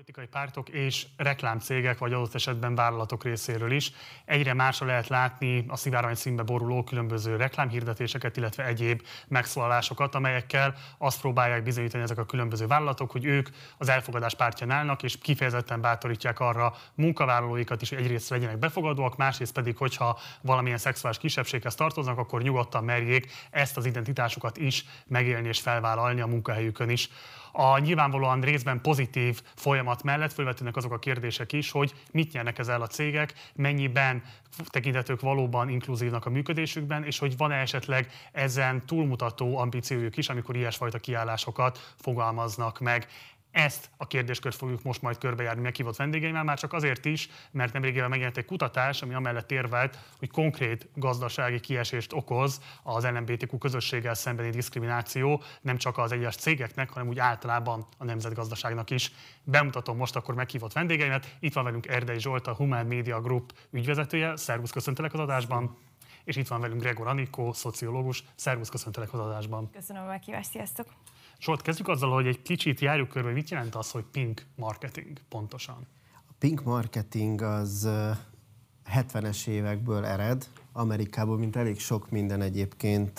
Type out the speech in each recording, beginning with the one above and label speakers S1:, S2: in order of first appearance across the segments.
S1: Politikai pártok és reklámcégek, vagy adott esetben vállalatok részéről is egyre másra lehet látni a szivárvány színbe boruló különböző reklámhirdetéseket, illetve egyéb megszólalásokat, amelyekkel azt próbálják bizonyítani ezek a különböző vállalatok, hogy ők az elfogadás pártján állnak, és kifejezetten bátorítják arra munkavállalóikat is, hogy egyrészt legyenek befogadóak, másrészt pedig, hogyha valamilyen szexuális kisebbséghez tartoznak, akkor nyugodtan merjék ezt az identitásukat is megélni és felvállalni a munkahelyükön is. A nyilvánvalóan részben pozitív folyamat mellett felvetődnek azok a kérdések is, hogy mit nyernek ezzel a cégek, mennyiben tekintetők valóban inkluzívnak a működésükben, és hogy van-e esetleg ezen túlmutató ambíciójuk is, amikor ilyesfajta kiállásokat fogalmaznak meg. Ezt a kérdéskört fogjuk most majd körbejárni meghívott vendégeimmel, már csak azért is, mert nemrégében megjelent egy kutatás, ami amellett érvelt, hogy konkrét gazdasági kiesést okoz az LMBTQ közösséggel szembeni diszkrimináció, nem csak az egyes cégeknek, hanem úgy általában a nemzetgazdaságnak is. Bemutatom most akkor meghívott vendégeimet. Itt van velünk Erdei Zsolt, a Human Media Group ügyvezetője. Szervusz, köszöntelek az adásban. És itt van velünk Gregor Anikó, szociológus. Szervusz, köszöntelek az adásban.
S2: Köszönöm a meghívást, sziasztok!
S1: Zsolt, kezdjük azzal, hogy egy kicsit járjuk körbe, hogy mit jelent az, hogy pink marketing pontosan?
S3: A pink marketing az 70-es évekből ered, Amerikából, mint elég sok minden egyébként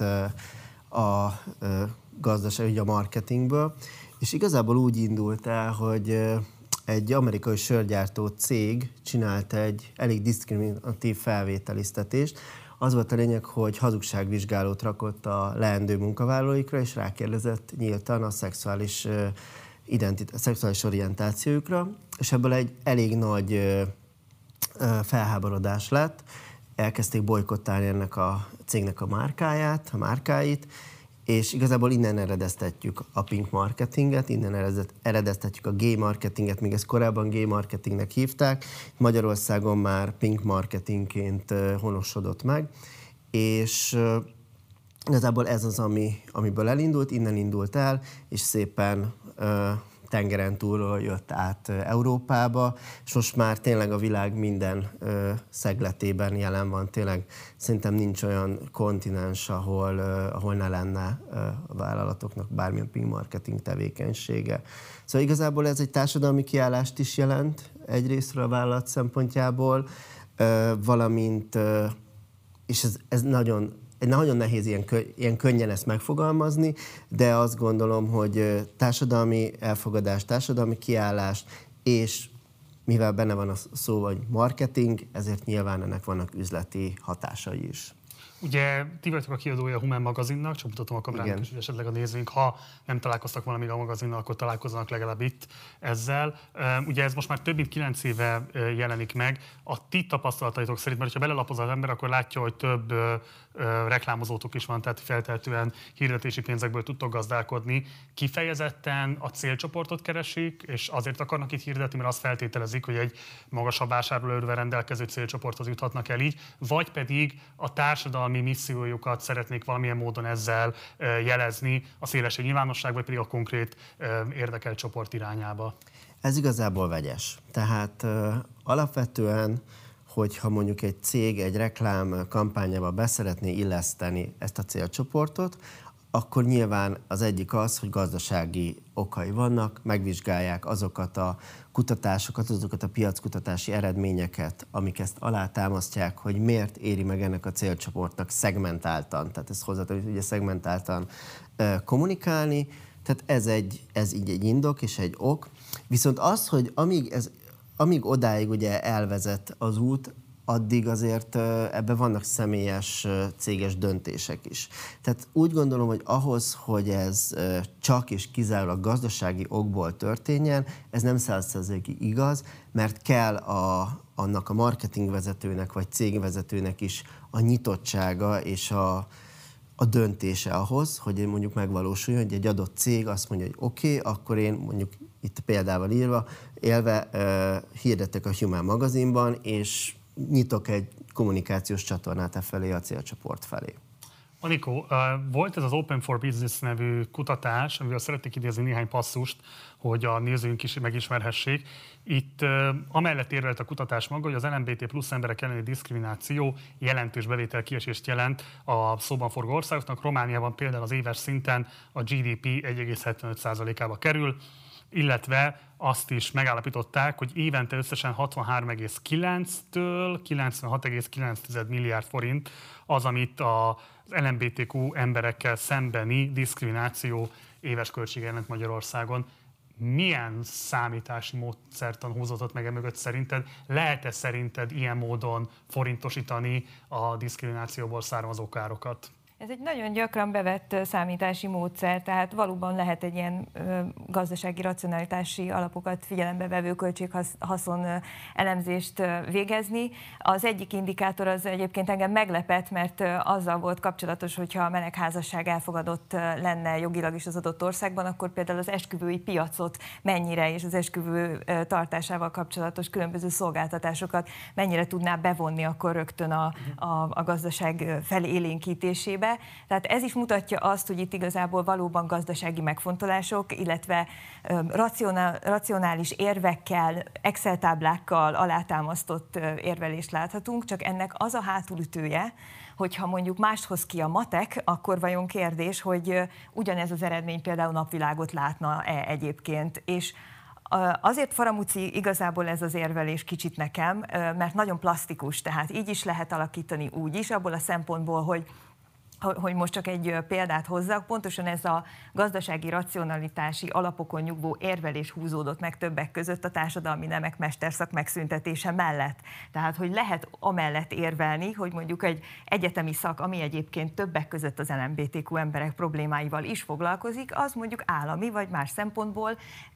S3: a gazdaság, ugye a marketingből, és igazából úgy indult el, hogy egy amerikai sörgyártó cég csinált egy elég diszkriminatív felvételiztetést. Az volt a lényeg, hogy hazugságvizsgálót rakott a leendő munkavállalóikra, és rákérdezett nyíltan a szexuális orientációjukra, és ebből egy elég nagy felháborodás lett. Elkezdték bojkottálni ennek a cégnek a márkáit, és igazából innen eredeztetjük a pink marketinget, innen eredeztetjük a gay marketinget, míg ezt korábban gay marketingnek hívták. Magyarországon már pink marketingként honosodott meg, és igazából ez az, amiből elindult, innen indult el, és szépen tengeren túlról jött át Európába, és most már tényleg a világ minden szegletében jelen van. Tényleg szerintem nincs olyan kontinens, ahol ne lenne a vállalatoknak bármilyen pink marketing tevékenysége. Szóval igazából ez egy társadalmi kiállást is jelent egyrésztről a vállalat szempontjából, valamint, és ez nagyon nehéz ilyen könnyen ezt megfogalmazni, de azt gondolom, hogy társadalmi elfogadás, társadalmi kiállás, és mivel benne van a szó, hogy marketing, ezért nyilván ennek vannak üzleti hatásai is.
S1: Ugye ti vagytok a kiadója a Human magazinnak, csak mutatom a kamerának is, hogy esetleg a nézőink, ha nem találkoztak volna még a magazinnal, akkor találkozzanak legalább itt ezzel. Ugye ez most már több mint 9 éve jelenik meg. A ti tapasztalataitok szerint, mert ha belelapoz az ember, akkor látja, hogy több reklámozótok is van, tehát feltehetően hirdetési pénzekből tudtok gazdálkodni. Kifejezetten a célcsoportot keresik, és azért akarnak itt hirdetni, mert azt feltételezik, hogy egy magasabb vásárlóerővel rendelkező célcsoporthoz juthatnak el így, vagy pedig a társadalmi missziójukat szeretnék valamilyen módon ezzel jelezni a szélesebb nyilvánosság, vagy pedig a konkrét érdekelt csoport irányába.
S3: Ez igazából vegyes. Tehát alapvetően, hogyha mondjuk egy cég egy reklám kampányába beszeretné illeszteni ezt a célcsoportot, akkor nyilván az egyik az, hogy gazdasági okai vannak, megvizsgálják azokat a kutatásokat, azokat a piackutatási eredményeket, amik ezt alátámasztják, hogy miért éri meg ennek a célcsoportnak szegmentáltan, tehát ezt hozzátartozik, ugye szegmentáltan kommunikálni, tehát ez így egy indok és egy ok. Viszont az, hogy amíg odáig ugye elvezet az út, addig azért ebben vannak személyes, céges döntések is. Tehát úgy gondolom, hogy ahhoz, hogy ez csak és kizárólag gazdasági okból történjen, ez nem 100%-ig igaz, mert kell annak a marketingvezetőnek vagy cégvezetőnek is a nyitottsága és a döntése ahhoz, hogy mondjuk megvalósuljon, hogy egy adott cég azt mondja, hogy oké, akkor én mondjuk itt példával élve hirdetek a Human magazinban, és nyitok egy kommunikációs csatornát felé, a célcsoport felé.
S1: Anikó, volt ez az Open for Business nevű kutatás, amivel szeretnék idézni néhány passzust, hogy a nézőink is megismerhessék. Itt amellett érvelt a kutatás maga, hogy az LMBT plusz emberek elleni diszkrimináció jelentős bevételkiesést jelent a szóban forgó országoknak. Romániában például az éves szinten a GDP 1,75%-ába kerül. illetve azt is megállapították, hogy évente összesen 63,9-től 96,9 milliárd forint az, amit az LMBTQ emberekkel szembeni diszkrimináció éves költsége jelent Magyarországon. Milyen számítási módszertan húzódott meg mögött szerinted? Lehet-e szerinted ilyen módon forintosítani a diszkriminációból származó károkat?
S2: Ez egy nagyon gyakran bevett számítási módszer, tehát valóban lehet egy ilyen gazdasági racionalitási alapokat figyelembe vevő költséghaszon elemzést végezni. Az egyik indikátor az egyébként engem meglepett, mert azzal volt kapcsolatos, hogyha a melegházasság elfogadott lenne jogilag is az adott országban, akkor például az esküvői piacot mennyire és az esküvő tartásával kapcsolatos különböző szolgáltatásokat mennyire tudná bevonni akkor rögtön a gazdaság felélénkítésébe. Tehát ez is mutatja azt, hogy itt igazából valóban gazdasági megfontolások, illetve racionális érvekkel, Excel táblákkal alátámasztott érvelést láthatunk, csak ennek az a hátulütője, hogyha mondjuk mást hoz ki a matek, akkor vajon kérdés, hogy ugyanez az eredmény például napvilágot látna-e egyébként, és azért faramúci igazából ez az érvelés kicsit nekem, mert nagyon plastikus, tehát így is lehet alakítani, úgy is, abból a szempontból, hogy most csak egy példát hozzak, pontosan ez a gazdasági racionalitási alapokon nyugvó érvelés húzódott meg többek között a társadalmi nemek mesterszak megszüntetése mellett. Tehát, hogy lehet amellett érvelni, hogy mondjuk egy egyetemi szak, ami egyébként többek között az LMBTQ emberek problémáival is foglalkozik, az mondjuk állami vagy más szempontból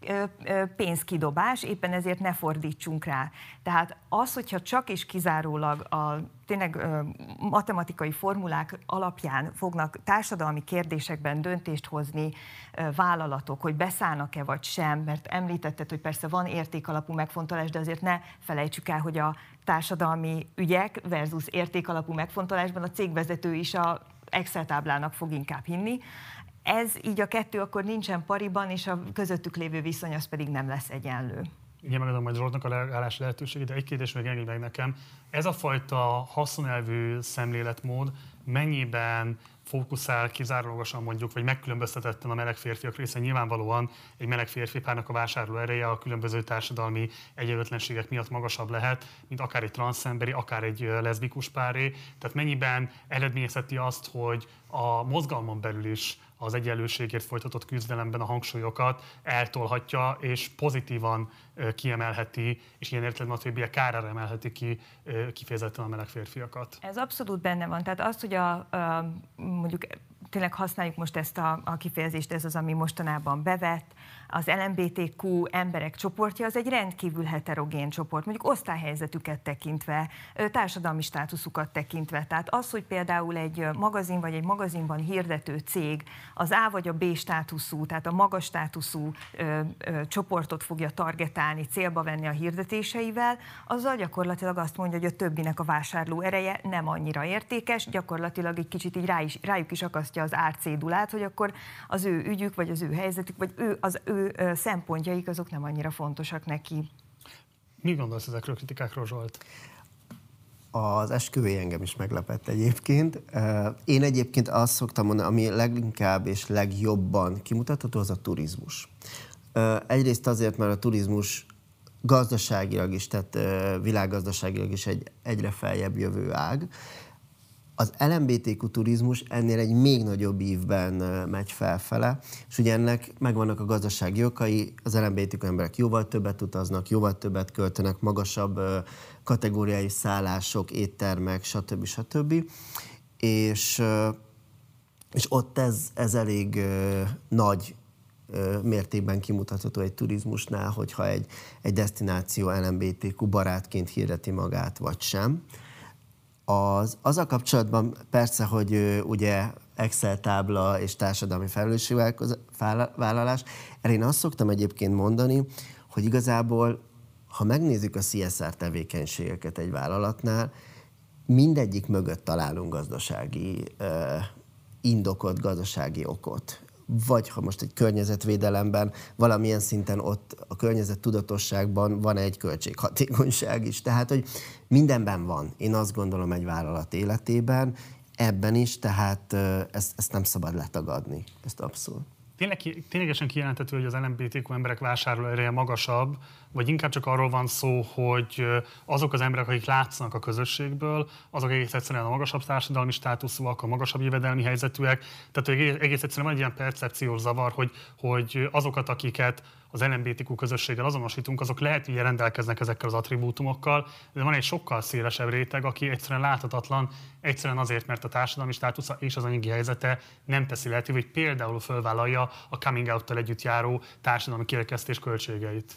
S2: pénzkidobás, éppen ezért ne fordítsunk rá. Tehát az, hogyha csak és kizárólag tényleg matematikai formulák alapján fognak társadalmi kérdésekben döntést hozni vállalatok, hogy beszállnak-e vagy sem, mert említetted, hogy persze van értékalapú megfontolás, de azért ne felejtsük el, hogy a társadalmi ügyek versus értékalapú megfontolásban a cégvezető is a Excel táblának fog inkább hinni. Ez így a kettő akkor nincsen pariban, és a közöttük lévő viszony az pedig nem lesz egyenlő.
S1: Igen, megadom majd Zsoltnak a reagálási lehetőségét, de egy kérdés még engedj meg nekem. Ez a fajta haszonelvű szemléletmód mennyiben fókuszál kizárólagosan mondjuk, vagy megkülönböztetetten a meleg férfiak része? Nyilvánvalóan egy meleg férfi párnak a vásárló ereje a különböző társadalmi egyenlőtlenségek miatt magasabb lehet, mint akár egy transzemberi, akár egy leszbikus páré. Tehát mennyiben eredményezheti azt, hogy a mozgalmon belül is az egyenlőségért folytatott küzdelemben a hangsúlyokat eltolhatja, és pozitívan kiemelheti, és ilyen értelemben a többiek kárára emelheti ki kifejezetten a meleg férfiakat.
S2: Ez abszolút benne van. Tehát az, hogy mondjuk tényleg használjuk most ezt a kifejezést, ez az, ami mostanában bevett, az LMBTQ emberek csoportja, az egy rendkívül heterogén csoport, mondjuk osztályhelyzetüket tekintve, társadalmi státuszukat tekintve. Tehát az, hogy például egy magazin vagy egy magazinban hirdető cég az A vagy a B státuszú, tehát a magas státuszú csoportot fogja targetálni, célba venni a hirdetéseivel, azzal gyakorlatilag azt mondja, hogy a többinek a vásárló ereje nem annyira értékes, gyakorlatilag egy kicsit így rájuk is akasztja az árcédulát, hogy akkor az ő ügyük, vagy az ő helyzetük, vagy az ő szempontjaik azok nem annyira fontosak neki.
S1: Mi gondolsz ezekről a kritikákról, Zsolt?
S3: Az esküvői engem is meglepett egyébként. Én egyébként azt szoktam mondani, ami leginkább és legjobban kimutatható, az a turizmus. Egyrészt azért, mert a turizmus gazdaságilag is, tehát világgazdaságilag is egy egyre feljebb jövő ág. Az LMBTQ turizmus ennél egy még nagyobb ívben megy felfele, és ugye ennek megvannak a gazdasági okai, az LMBTQ emberek jóval többet utaznak, jóval többet költenek, magasabb kategóriái szállások, éttermek, stb. És ott ez elég nagy mértékben kimutatható egy turizmusnál, hogyha egy desztináció LMBTQ barátként hirdeti magát, vagy sem. Azzal kapcsolatban persze, hogy ugye Excel tábla és társadalmi felelősségvállalás, erre én azt szoktam egyébként mondani, hogy igazából, ha megnézzük a CSR tevékenységeket egy vállalatnál, mindegyik mögött találunk gazdasági indokot, gazdasági okot. Vagy ha most egy környezetvédelemben valamilyen szinten ott a környezettudatosságban van egy költséghatékonyság is. Tehát, hogy mindenben van, én azt gondolom, egy vállalat életében, ebben is, tehát ezt nem szabad letagadni, ezt abszolút.
S1: Ténylegesen kijelenthető, hogy az LMBTQ emberek vásárlóereje magasabb, vagy inkább csak arról van szó, hogy azok az emberek, akik látszanak a közösségből, azok egész egyszerűen a magasabb társadalmi státuszúak, a magasabb jövedelmi helyzetűek. Tehát hogy egész egyszerűen van egy ilyen percepciós zavar, hogy azokat, akiket az LMBTQ közösséggel azonosítunk, azok lehet, hogy rendelkeznek ezekkel az attribútumokkal, de van egy sokkal szélesebb réteg, aki egyszerűen láthatatlan, egyszerűen azért, mert a társadalmi státusza és az anyagi helyzete nem teszi lehetővé, hogy például fölvállalja a coming out-tal együtt járó társadalmi kirekesztés költségeit.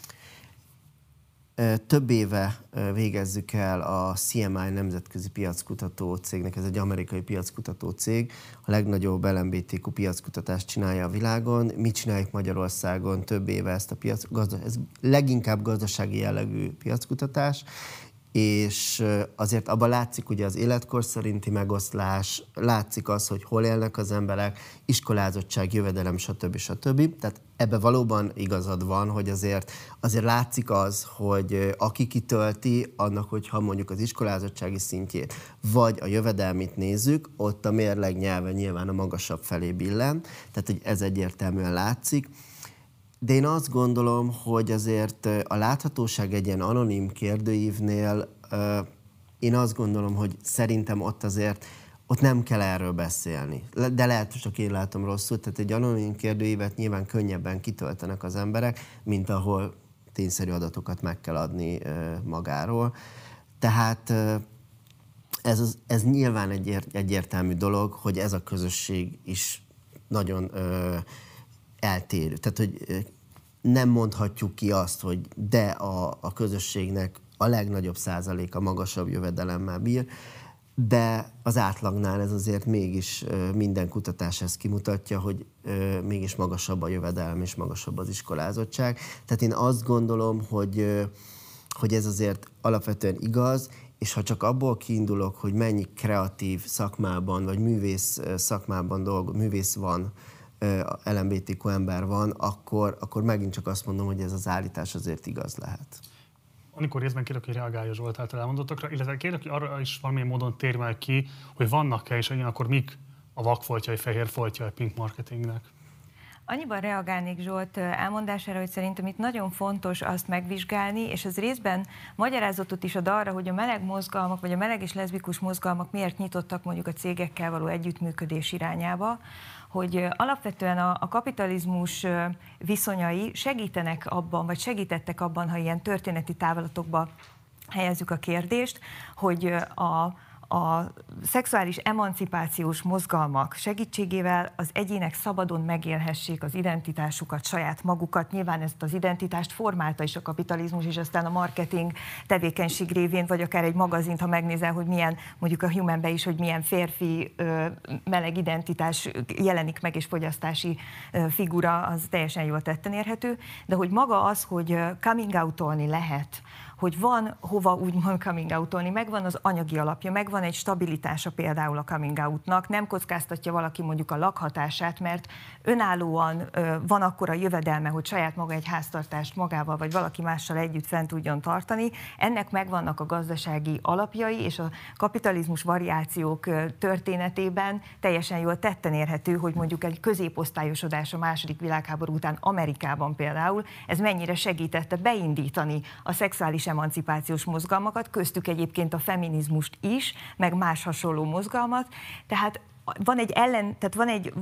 S3: Több éve végezzük el a CMI nemzetközi piackutató cégnek, ez egy amerikai piackutató cég, a legnagyobb LMBTQ piackutatást csinálja a világon. Mi csináljuk Magyarországon több éve ezt a ez leginkább gazdasági jellegű piackutatás, és azért abban látszik ugye az életkor szerinti megoszlás, látszik az, hogy hol élnek az emberek, iskolázottság, jövedelem, stb. Tehát ebbe valóban igazad van, hogy azért látszik az, hogy aki kitölti, annak, hogyha mondjuk az iskolázottsági szintjét, vagy a jövedelmit nézzük, ott a mérleg nyelve nyilván a magasabb felé billen, tehát hogy ez egyértelműen látszik. De én azt gondolom, hogy azért a láthatóság egy ilyen anonim kérdőívnél, én azt gondolom, hogy szerintem ott nem kell erről beszélni. De lehet, hogy csak én látom rosszul, tehát egy anonim kérdőívet nyilván könnyebben kitöltenek az emberek, mint ahol tényszerű adatokat meg kell adni magáról. Tehát ez nyilván egy egyértelmű dolog, hogy ez a közösség is nagyon eltérő. Tehát, hogy nem mondhatjuk ki azt, hogy de a közösségnek a legnagyobb százaléka magasabb jövedelemmel bír, de az átlagnál ez azért mégis minden kutatás ezt kimutatja, hogy mégis magasabb a jövedelem és magasabb az iskolázottság. Tehát én azt gondolom, hogy ez azért alapvetően igaz, és ha csak abból kiindulok, hogy mennyi kreatív szakmában, vagy művész szakmában művész van, LMBTQ ember van, akkor megint csak azt mondom, hogy ez az állítás azért igaz lehet.
S1: Amikor részben kérlek, hogy reagálja Zsolt által elmondottakra, illetve kérlek, hogy arra is valamilyen módon térj meg ki, hogy vannak-e és akkor mik a vakfoltjai, fehér foltjai a pink marketingnek?
S2: Annyiban reagálnék Zsolt elmondására, hogy szerintem itt nagyon fontos azt megvizsgálni, és ez részben magyarázatot is ad arra, hogy a meleg mozgalmak, vagy a meleg és leszbikus mozgalmak miért nyitottak mondjuk a cégekkel való együttműködés irányába, hogy alapvetően a kapitalizmus viszonyai segítenek abban, vagy segítettek abban, ha ilyen történeti távlatokba helyezzük a kérdést, hogy a szexuális emancipációs mozgalmak segítségével az egyének szabadon megélhessék az identitásukat, saját magukat. Nyilván ezt az identitást formálta is a kapitalizmus, és aztán a marketing tevékenység révén, vagy akár egy magazint, ha megnézel, hogy milyen, mondjuk a Humanbe is, hogy milyen férfi meleg identitás jelenik meg, és fogyasztási figura, az teljesen jól tetten érhető. De hogy maga az, hogy coming out-olni lehet, hogy van hova úgymond coming out-olni, megvan az anyagi alapja, megvan egy stabilitása például a coming out-nak, nem kockáztatja valaki mondjuk a lakhatását, mert önállóan van akkora jövedelme, hogy saját maga egy háztartást magával vagy valaki mással együtt fent tudjon tartani. Ennek megvannak a gazdasági alapjai, és a kapitalizmus variációk történetében teljesen jól tetten érhető, hogy mondjuk egy középosztályosodás a második világháború után Amerikában például, ez mennyire segítette beindítani a szexuális emancipációs mozgalmakat, köztük egyébként a feminizmust is, meg más hasonló mozgalmat. Tehát van egy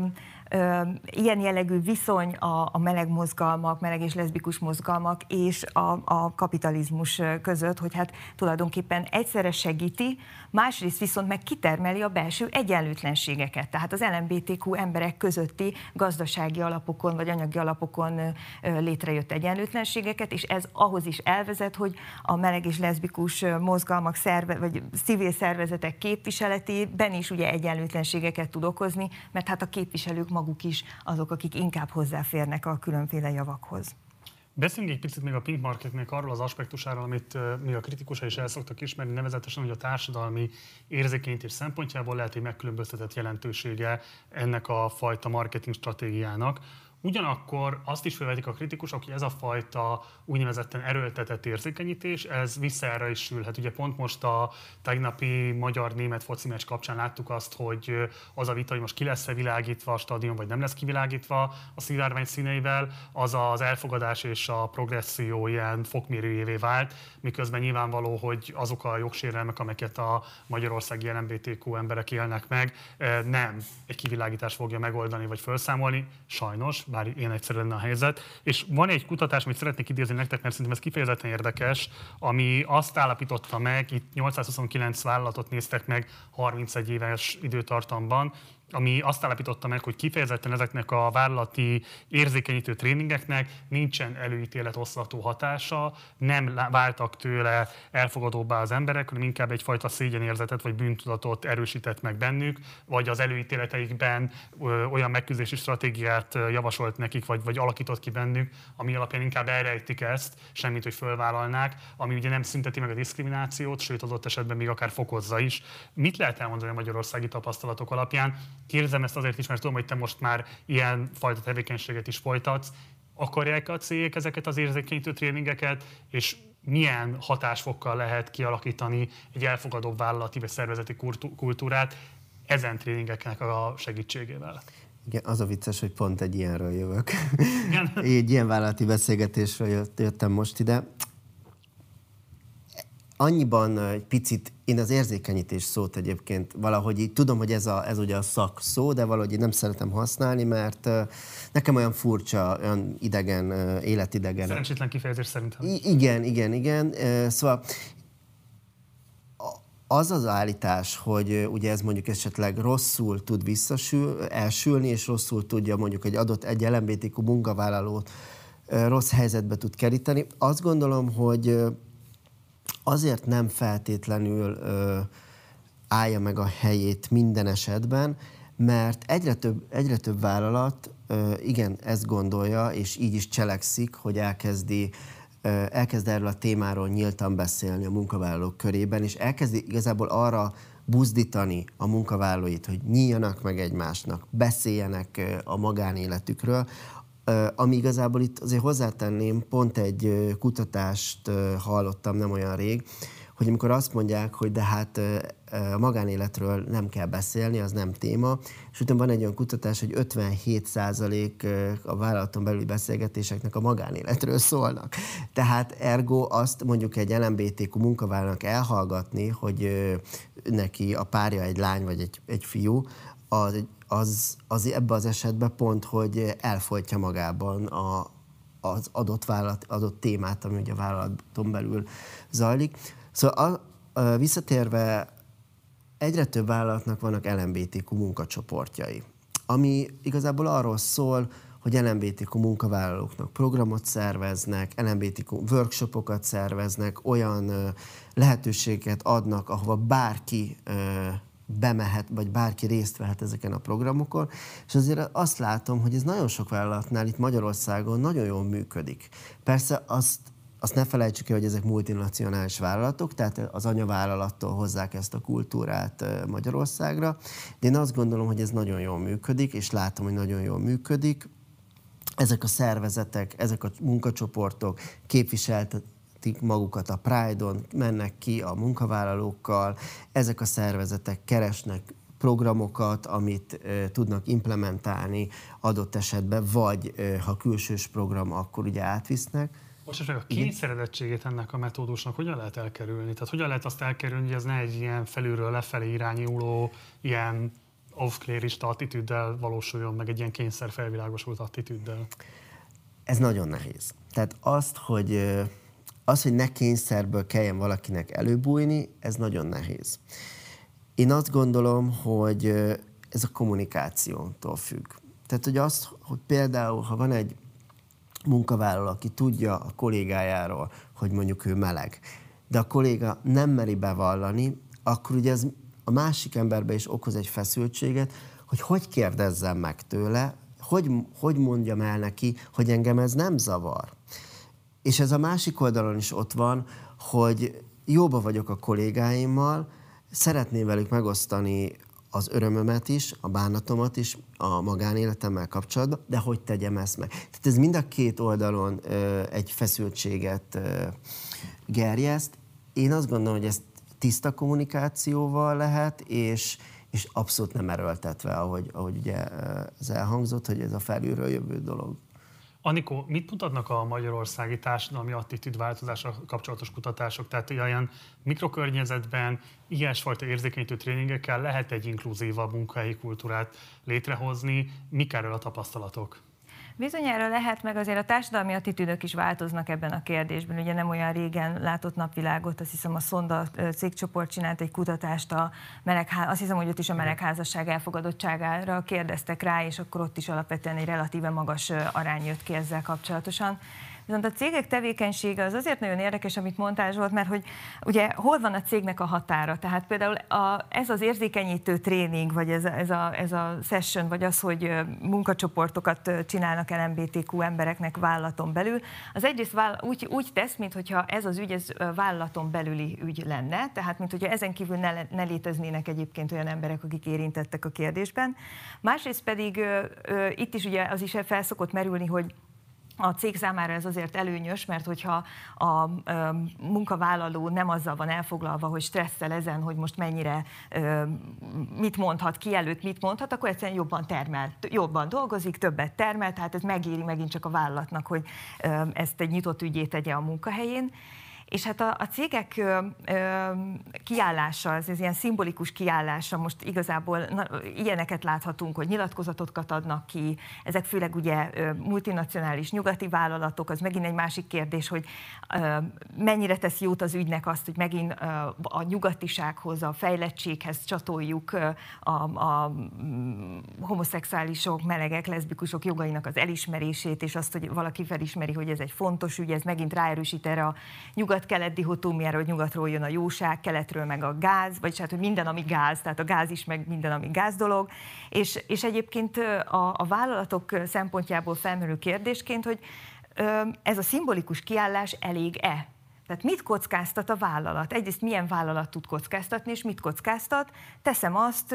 S2: ilyen jellegű viszony a meleg mozgalmak, meleg és leszbikus mozgalmak és a kapitalizmus között, hogy hát tulajdonképpen egyszerre segíti, másrészt viszont meg kitermeli a belső egyenlőtlenségeket. Tehát az LMBTQ emberek közötti gazdasági alapokon vagy anyagi alapokon létrejött egyenlőtlenségeket, és ez ahhoz is elvezet, hogy a meleg és leszbikus mozgalmak vagy civil szervezetek képviseletében is ugye egyenlőtlenségeket tud okozni, mert hát a képviselők maguk is azok, akik inkább hozzáférnek a különféle javakhoz.
S1: Beszéljünk egy picit még a pink marketingnek arról az aspektusáról, amit mi a kritikusai is el szoktak ismerni, nevezetesen, hogy a társadalmi érzékenyítés szempontjából lehet egy megkülönböztetett jelentősége ennek a fajta marketing stratégiának. Ugyanakkor azt is felvetik a kritikusok, hogy ez a fajta úgynevezetten erőltetett érzékenyítés, ez visszaerre is sülhet. Ugye pont most a tegnapi magyar-német foci meccs kapcsán láttuk azt, hogy az a vita, hogy most ki lesz-e világítva a stadion, vagy nem lesz kivilágítva a szivárvány színeivel, az az elfogadás és a progresszió ilyen fokmérőjévé vált, miközben nyilvánvaló, hogy azok a jogsérelmek, amelyeket a magyarországi LMBTQ emberek élnek meg, nem egy kivilágítás fogja megoldani vagy felszámolni, sajnos, bár ilyen egyszerű lenne a helyzet. És van egy kutatás, amit szeretnék idézni nektek, mert szerintem ez kifejezetten érdekes, ami azt állapította meg, itt 829 vállalatot néztek meg 31 éves időtartamban, ami azt állapította meg, hogy kifejezetten ezeknek a vállalati érzékenyítő tréningeknek nincsen előítélet oszlató hatása, nem váltak tőle elfogadóbbá az emberek, hanem inkább egyfajta szégyenérzetet vagy bűntudatot erősített meg bennük, vagy az előítéleteikben olyan megküzdési stratégiát javasolt nekik, vagy alakított ki bennük, ami alapján inkább elrejtik ezt, semmit, hogy fölvállalnák, ami ugye nem szünteti meg a diszkriminációt, sőt adott esetben még akár fokozza is. Mit lehet elmondani a magyarországi tapasztalatok alapján? Kérdezem ezt azért is, mert tudom, hogy te most már ilyen fajta tevékenységet is folytatsz. Akarják a cégek ezeket az érzékenyítő tréningeket, és milyen hatásfokkal lehet kialakítani egy elfogadóbb vállalati vagy szervezeti kultúrát ezen tréningeknek a segítségével?
S3: Igen, az a vicces, hogy pont egy ilyenről jövök.
S1: Igen?
S3: Egy ilyen vállalati beszélgetésről jöttem most ide. Annyiban egy picit, én az érzékenyítés szót egyébként valahogy így tudom, hogy ez ugye a szakszó, de valahogy nem szeretem használni, mert nekem olyan furcsa, olyan idegen, életidegen.
S1: Szerencsétlen kifejezés szerintem.
S3: Igen. Szóval az az állítás, hogy ugye ez mondjuk esetleg rosszul tud elsülni, és rosszul tudja mondjuk egy LMBTQ munkavállalót rossz helyzetbe tud keríteni, azt gondolom, hogy azért nem feltétlenül állja meg a helyét minden esetben, mert egyre több vállalat igen, ezt gondolja, és így is cselekszik, hogy elkezd erről a témáról nyíltan beszélni a munkavállalók körében, és elkezdi igazából arra buzdítani a munkavállalóit, hogy nyíljanak meg egymásnak, beszéljenek a magánéletükről, ami igazából itt azért hozzátenném, pont egy kutatást hallottam nem olyan rég, hogy amikor azt mondják, hogy de hát a magánéletről nem kell beszélni, az nem téma, és utána van egy olyan kutatás, hogy 57% a vállalaton belüli beszélgetéseknek a magánéletről szólnak. Tehát ergo azt mondjuk egy LMBTQ munkavállalónak elhallgatni, hogy neki a párja egy lány vagy egy fiú, az ebben az esetben pont, hogy elfolytja magában az adott témát, ami ugye a vállalaton belül zajlik. Szóval visszatérve, egyre több vállalatnak vannak LMBTQ munkacsoportjai, ami igazából arról szól, hogy LMBTQ munkavállalóknak programot szerveznek, LMBTQ workshopokat szerveznek, olyan lehetőséget adnak, ahova bárki bemehet, vagy bárki részt vehet ezeken a programokon, és azért azt látom, hogy ez nagyon sok vállalatnál itt Magyarországon nagyon jól működik. Persze azt ne felejtsük el, hogy ezek multinacionális vállalatok, tehát az anyavállalattól hozzák ezt a kultúrát Magyarországra, de én azt gondolom, hogy ez nagyon jól működik, és látom, hogy nagyon jól működik. Ezek a szervezetek, ezek a munkacsoportok képviseltetik magukat a Pride-on, mennek ki a munkavállalókkal, ezek a szervezetek keresnek programokat, amit tudnak implementálni adott esetben, vagy ha külsős program, akkor ugye átvisznek.
S1: Most a kényszeredettségét ennek a metódusnak hogyan lehet elkerülni? Tehát hogyan lehet azt elkerülni, hogy ez ne egy ilyen felülről lefelé irányuló, ilyen off-clearista attitűddel valósuljon meg, egy ilyen kényszer felvilágosult attitűddel?
S3: Ez nagyon nehéz. Tehát hogy ne kényszerből kelljen valakinek előbújni, ez nagyon nehéz. Én azt gondolom, hogy ez a kommunikációtól függ. Tehát, hogy például, ha van egy munkavállaló, aki tudja a kollégájáról, hogy mondjuk ő meleg, de a kolléga nem meri bevallani, akkor ugye ez a másik emberbe is okoz egy feszültséget, hogy kérdezzem meg tőle, hogy mondjam el neki, hogy engem ez nem zavar. És ez a másik oldalon is ott van, hogy jóba vagyok a kollégáimmal, szeretném velük megosztani az örömömet is, a bánatomat is a magánéletemmel kapcsolatban, de hogy tegyem ezt meg. Tehát ez mind a két oldalon egy feszültséget gerjeszt. Én azt gondolom, hogy ezt tiszta kommunikációval lehet, és abszolút nem erőltetve, ahogy ugye ez elhangzott, hogy ez a felülről jövő dolog.
S1: Anikó, mit mutatnak a magyarországi társadalmi attitűdváltozással kapcsolatos kutatások? Tehát ilyen mikrokörnyezetben ilyesfajta érzékenyítő tréningekkel lehet egy inkluzívabb munkahelyi kultúrát létrehozni. Mik erről a tapasztalatok?
S2: Bizonyára lehet, meg azért a társadalmi attitűdök is változnak ebben a kérdésben. Ugye nem olyan régen látott napvilágot, azt hiszem a Szonda cégcsoport csinált egy kutatást azt hiszem, hogy ott is a melegházasság elfogadottságára kérdeztek rá, és akkor ott is alapvetően egy relatíve magas arány jött ki ezzel kapcsolatosan. Viszont a cégek tevékenysége az azért nagyon érdekes, amit mondtál, Zsolt, mert hogy ugye hol van a cégnek a határa? Tehát például ez az érzékenyítő tréning, vagy ez a session, vagy az, hogy munkacsoportokat csinálnak LMBTQ embereknek vállalaton belül, az egyrészt úgy tesz, mintha ez az ügy ez vállalaton belüli ügy lenne, tehát mintha ezen kívül ne léteznének egyébként olyan emberek, akik érintettek a kérdésben. Másrészt pedig itt is ugye az is fel szokott merülni, hogy a cég számára ez azért előnyös, mert hogyha a munkavállaló nem azzal van elfoglalva, hogy stresszel ezen, hogy most mennyire, mit mondhat, ki előtt mit mondhat, akkor egyszerűen jobban termel, jobban dolgozik, többet termel, tehát ez megéri megint csak a vállalatnak, hogy ezt egy nyitott ügyé tegye a munkahelyén. És hát a cégek kiállása, ez ilyen szimbolikus kiállása, most igazából ilyeneket láthatunk, hogy nyilatkozatokat adnak ki, ezek főleg ugye multinacionális nyugati vállalatok, az megint egy másik kérdés, hogy mennyire tesz jót az ügynek azt, hogy megint a nyugatisághoz, a fejlettséghez csatoljuk a homoszexuálisok, melegek, leszbikusok jogainak az elismerését, és azt, hogy valaki felismeri, hogy ez egy fontos ügy, ez megint ráerősít erre a nyugat-kelet dihotómiára, hogy nyugatról jön a jóság, keletről meg a gáz, vagyis hát, hogy minden, ami gáz, tehát a gáz is, meg minden, ami gáz dolog. És egyébként a vállalatok szempontjából felmerül kérdésként, hogy ez a szimbolikus kiállás elég-e? Tehát mit kockáztat a vállalat? Egyrészt milyen vállalat tud kockáztatni, és mit kockáztat? Teszem azt,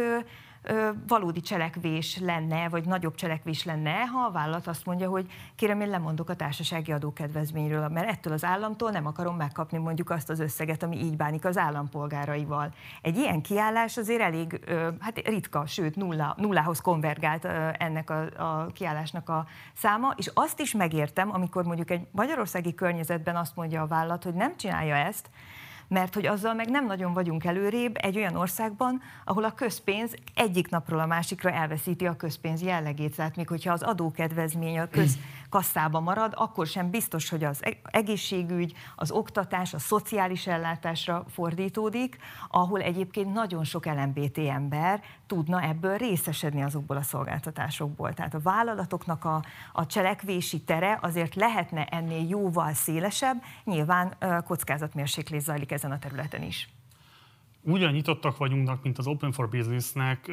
S2: valódi cselekvés lenne, vagy nagyobb cselekvés lenne, ha a vállalat azt mondja, hogy kérem, én lemondok a társasági adókedvezményről, mert ettől az államtól nem akarom megkapni mondjuk azt az összeget, ami így bánik az állampolgáraival. Egy ilyen kiállás azért elég ritka, sőt nullához konvergált ennek a kiállásnak a száma, és azt is megértem, amikor mondjuk egy magyarországi környezetben azt mondja a vállalat, hogy nem csinálja ezt, mert hogy azzal meg nem nagyon vagyunk előrébb egy olyan országban, ahol a közpénz egyik napról a másikra elveszíti a közpénz jellegét. Tehát még hogyha az adókedvezmény a közkasszába marad, akkor sem biztos, hogy az egészségügy, az oktatás, a szociális ellátásra fordítódik, ahol egyébként nagyon sok LMBT ember tudna ebből részesedni azokból a szolgáltatásokból. Tehát a vállalatoknak a cselekvési tere azért lehetne ennél jóval szélesebb, nyilván kockázatmérséklés zajlik ezen a területen is.
S1: Ugyan nyitottak vagyunk, mint az Open for Business-nek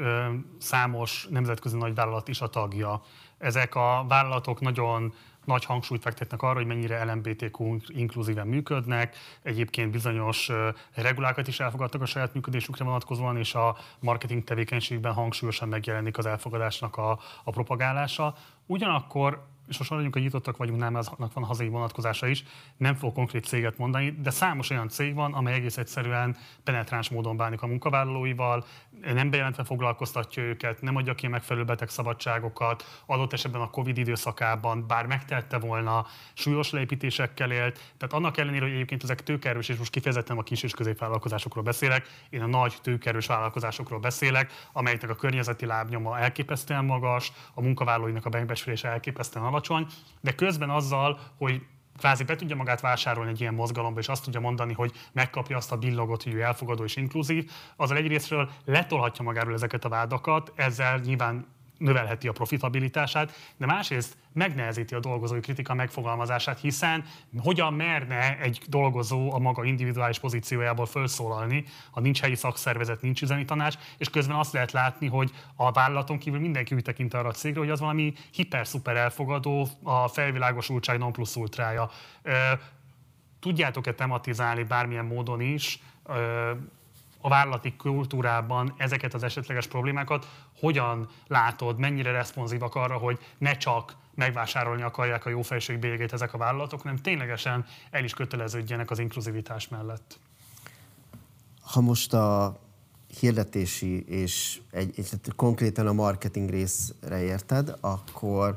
S1: számos nemzetközi nagyvállalat is a tagja. Ezek a vállalatok nagyon nagy hangsúlyt fektetnek arra, hogy mennyire LMBTQ inkluzíven működnek. Egyébként bizonyos regulákat is elfogadtak a saját működésükre vonatkozóan, és a marketing tevékenységben hangsúlyosan megjelenik az elfogadásnak a propagálása. Ugyanakkor, és most mondjuk, hogy nyitottak vagyunk, nem, aznak van hazai vonatkozása is, nem fogok konkrét céget mondani, de számos olyan cég van, amely egész egyszerűen penetráns módon bánik a munkavállalóival, nem bejelentve foglalkoztatja őket, nem adja ki a megfelelő betegszabadságokat, adott esetben a Covid időszakában, bár megtehette volna, súlyos leépítésekkel élt. Tehát annak ellenére, hogy egyébként ezek tőkeerős, és most kifejezetten a kis és középvállalkozásokról beszélek, én a nagy tőkeerős vállalkozásokról beszélek, amelyeknek a környezeti lábnyoma elképesztően magas, a munkavállalóinak a megbecsülése elképesztően alacsony, de közben azzal, hogy kvázi be tudja magát vásárolni egy ilyen mozgalomba, és azt tudja mondani, hogy megkapja azt a billogot, hogy ő elfogadó és inkluzív, azzal egyrésztről letolhatja magáról ezeket a vádakat, ezzel nyilván növelheti a profitabilitását, de másrészt megnehezíti a dolgozói kritika megfogalmazását, hiszen hogyan merne egy dolgozó a maga individuális pozíciójából felszólalni, ha nincs helyi szakszervezet, nincs üzemi tanács, és közben azt lehet látni, hogy a vállalaton kívül mindenki úgy tekint arra a cégre, hogy az valami hiper-szuper elfogadó, a felvilágosultság non plus ultrája. Tudjátok-e tematizálni bármilyen módon is a vállalati kultúrában ezeket az esetleges problémákat hogyan látod, mennyire responsívak arra, hogy ne csak megvásárolni akarják a jófejség bélyegét ezek a vállalatok, hanem ténylegesen el is köteleződjenek az inkluzivitás mellett?
S3: Ha most a hirdetési és konkrétan a marketing részre érted, akkor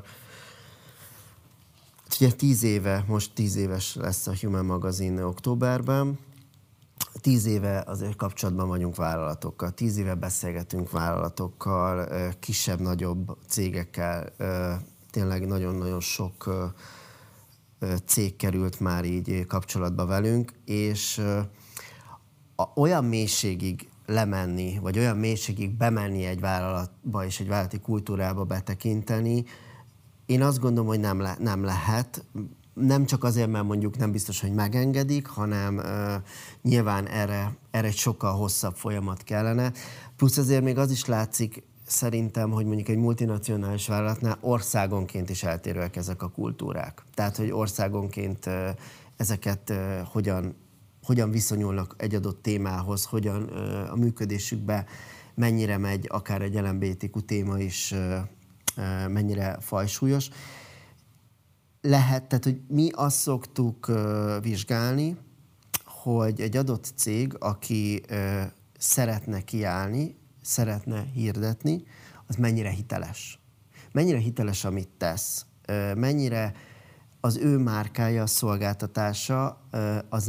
S3: ugye 10 éve, most 10 éves lesz a Human Magazine októberben, 10 éve azért kapcsolatban vagyunk vállalatokkal, 10 éve beszélgetünk vállalatokkal, kisebb-nagyobb cégekkel, tényleg nagyon-nagyon sok cég került már így kapcsolatba velünk, és olyan mélységig lemenni, vagy olyan mélységig bemenni egy vállalatba és egy vállalati kultúrába betekinteni, én azt gondolom, hogy nem lehet. Nem csak azért, mert mondjuk nem biztos, hogy megengedik, hanem nyilván erre egy sokkal hosszabb folyamat kellene. Plusz azért még az is látszik szerintem, hogy mondjuk egy multinacionális vállalatnál országonként is eltérőek ezek a kultúrák. Tehát, hogy országonként ezeket hogyan viszonyulnak egy adott témához, hogyan a működésükbe mennyire megy akár egy LMBTQ téma is, mennyire fajsúlyos. Tehát, hogy mi azt szoktuk vizsgálni, hogy egy adott cég, aki szeretne kiállni, szeretne hirdetni, az mennyire hiteles. Mennyire hiteles, amit tesz. Mennyire az ő márkája, szolgáltatása, az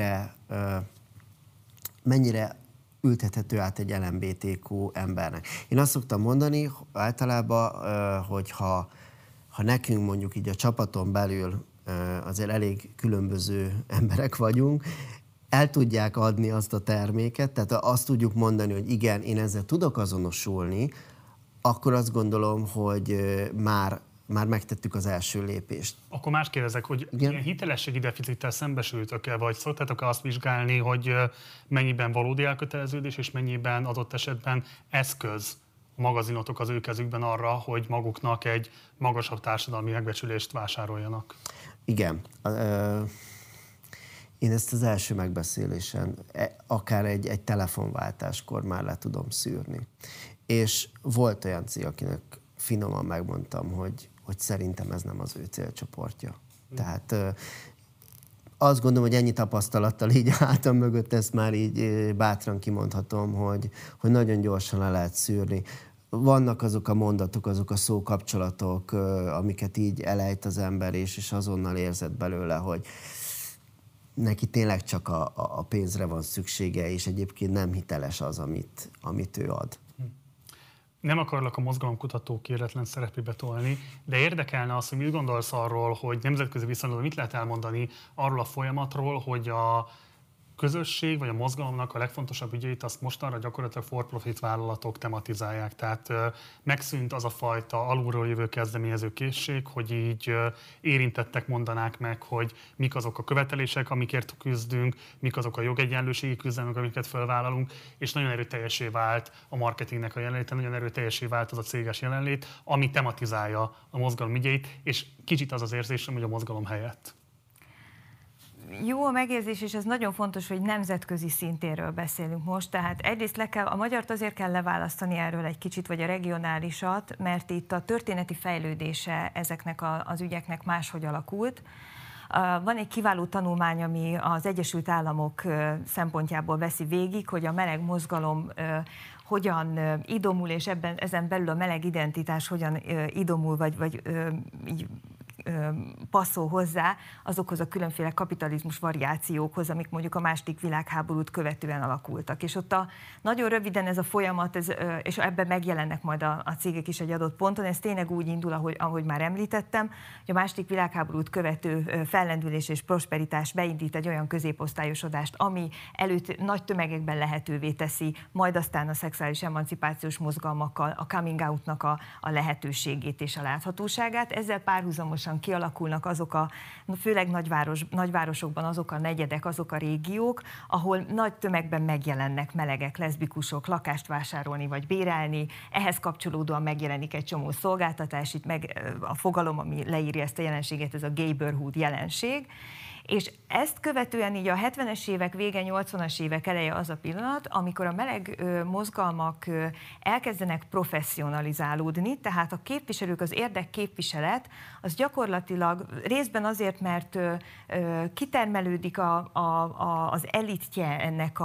S3: mennyire ültethető át egy LMBTQ embernek. Én azt szoktam mondani általában, hogy ha nekünk mondjuk így a csapaton belül azért elég különböző emberek vagyunk, el tudják adni azt a terméket, tehát azt tudjuk mondani, hogy igen, én ezzel tudok azonosulni, akkor azt gondolom, hogy már megtettük az első lépést.
S1: Akkor más kérdezek, hogy ilyen hitelességi deficittel szembesültök-e, vagy szoktátok-e azt vizsgálni, hogy mennyiben valódi elköteleződés, és mennyiben adott esetben eszköz a magazinotok az ő kezükben arra, hogy maguknak egy magasabb társadalmi megbecsülést vásároljanak?
S3: Igen. Én ezt az első megbeszélésen, akár egy telefonváltáskor már le tudom szűrni. És volt olyan cég, akinek finoman megmondtam, hogy szerintem ez nem az ő célcsoportja. Tehát azt gondolom, hogy ennyi tapasztalattal így álltam mögött, ezt már így bátran kimondhatom, hogy nagyon gyorsan le lehet szűrni. Vannak azok a mondatok, azok a szókapcsolatok, amiket így elejt az ember, és azonnal érzed belőle, hogy neki tényleg csak a pénzre van szüksége, és egyébként nem hiteles az, amit ő ad.
S1: Nem akarlak a mozgalomkutató kéretlen szerepébe tolni, de érdekelne az, hogy mit gondolsz arról, hogy nemzetközi viszonylatban mit lehet elmondani arról a folyamatról, hogy a közösség vagy a mozgalomnak a legfontosabb ügyeit azt mostanra gyakorlatilag for-profit vállalatok tematizálják. Tehát megszűnt az a fajta alulról jövő kezdeményező készség, hogy így érintettek mondanák meg, hogy mik azok a követelések, amikért küzdünk, mik azok a jogegyenlőségi küzdelmek, amiket felvállalunk, és nagyon erőteljesé vált a marketingnek a jelenléte, nagyon erőteljesé vált az a céges jelenlét, ami tematizálja a mozgalom ügyeit, és kicsit az az érzésem, hogy a mozgalom helyett.
S2: Jó a megérzés, és ez nagyon fontos, hogy nemzetközi szintéről beszélünk most, tehát egyrészt a magyart azért kell leválasztani erről egy kicsit, vagy a regionálisat, mert itt a történeti fejlődése ezeknek az ügyeknek máshogy alakult. Van egy kiváló tanulmány, ami az Egyesült Államok szempontjából veszi végig, hogy a meleg mozgalom hogyan idomul, és ezen belül a meleg identitás hogyan idomul, vagy így passzol hozzá azokhoz a különféle kapitalizmus variációkhoz, amik mondjuk a második világháborút követően alakultak. És ott nagyon röviden ez a folyamat, és ebben megjelennek majd a cégek is egy adott ponton, ez tényleg úgy indul, ahogy már említettem, hogy a második világháborút követő fellendülés és prosperitás beindít egy olyan középosztályosodást, ami előtt nagy tömegekben lehetővé teszi, majd aztán a szexuális emancipációs mozgalmakkal a coming out-nak a lehetőségét és a láthatóságát. Ezzel párhuzamosan kialakulnak azok főleg nagyvárosokban azok a negyedek, azok a régiók, ahol nagy tömegben megjelennek melegek, leszbikusok, lakást vásárolni vagy bérelni, ehhez kapcsolódóan megjelenik egy csomó szolgáltatás, itt meg a fogalom, ami leírja ezt a jelenséget, ez a gayborhood jelenség, és ezt követően így a 70-es évek vége, 80-as évek eleje az a pillanat, amikor a meleg mozgalmak elkezdenek professzionalizálódni, tehát a képviselők, az érdekképviselet, az gyakorlatilag részben azért, mert kitermelődik az elitje ennek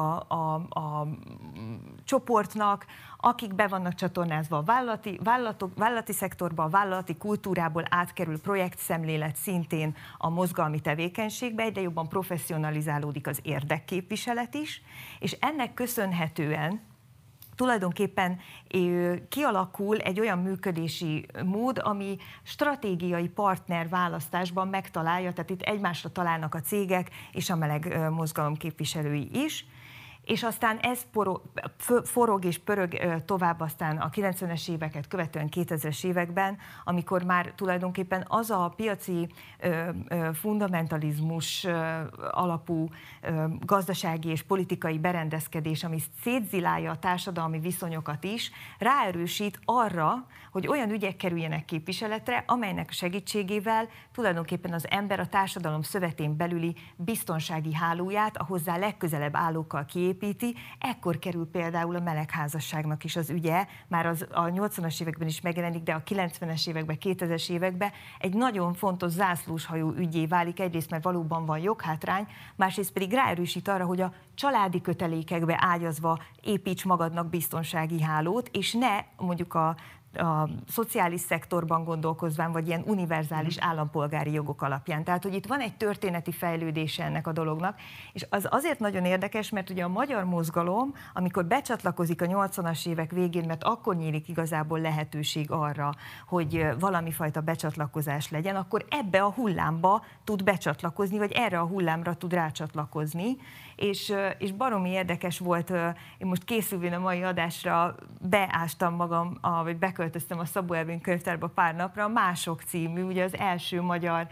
S2: a csoportnak, akik be vannak csatornázva a vállalati szektorba, a vállalati kultúrából átkerül projektszemlélet szintén a mozgalmi tevékenységbe, egyre jobban professzionalizálódik az érdekképviselet is, és ennek köszönhetően tulajdonképpen kialakul egy olyan működési mód, ami stratégiai partner választásban megtalálja, tehát itt egymásra találnak a cégek és a meleg mozgalom képviselői is, és aztán ez forog és pörög tovább aztán a 90-es éveket követően 2000-es években, amikor már tulajdonképpen az a piaci fundamentalizmus alapú gazdasági és politikai berendezkedés, ami szétzilálja a társadalmi viszonyokat is, ráerősít arra, hogy olyan ügyek kerüljenek képviseletre, amelynek segítségével tulajdonképpen az ember a társadalom szövetén belüli biztonsági hálóját a hozzá legközelebb állókkal kiépíti. Ekkor kerül például a melegházasságnak is az ügye, már a 80-as években is megjelenik, de a 90-es években, 2000-es években egy nagyon fontos zászlóshajó ügyé válik, egyrészt mert valóban van joghátrány, másrészt pedig ráerősít arra, hogy a családi kötelékekbe ágyazva építs magadnak biztonsági hálót, és ne mondjuk a szociális szektorban gondolkozván, vagy ilyen univerzális állampolgári jogok alapján. Tehát, hogy itt van egy történeti fejlődése ennek a dolognak, és az azért nagyon érdekes, mert ugye a magyar mozgalom, amikor becsatlakozik a 80-as évek végén, mert akkor nyílik igazából lehetőség arra, hogy valami fajta becsatlakozás legyen, akkor ebbe a hullámba tud becsatlakozni, vagy erre a hullámra tud rácsatlakozni, és baromi érdekes volt, én most készülvén a mai adásra beástam magam, vagy beköltöztem a Szabó Ervin könyvtárba pár napra, a Mások című, ugye az első magyar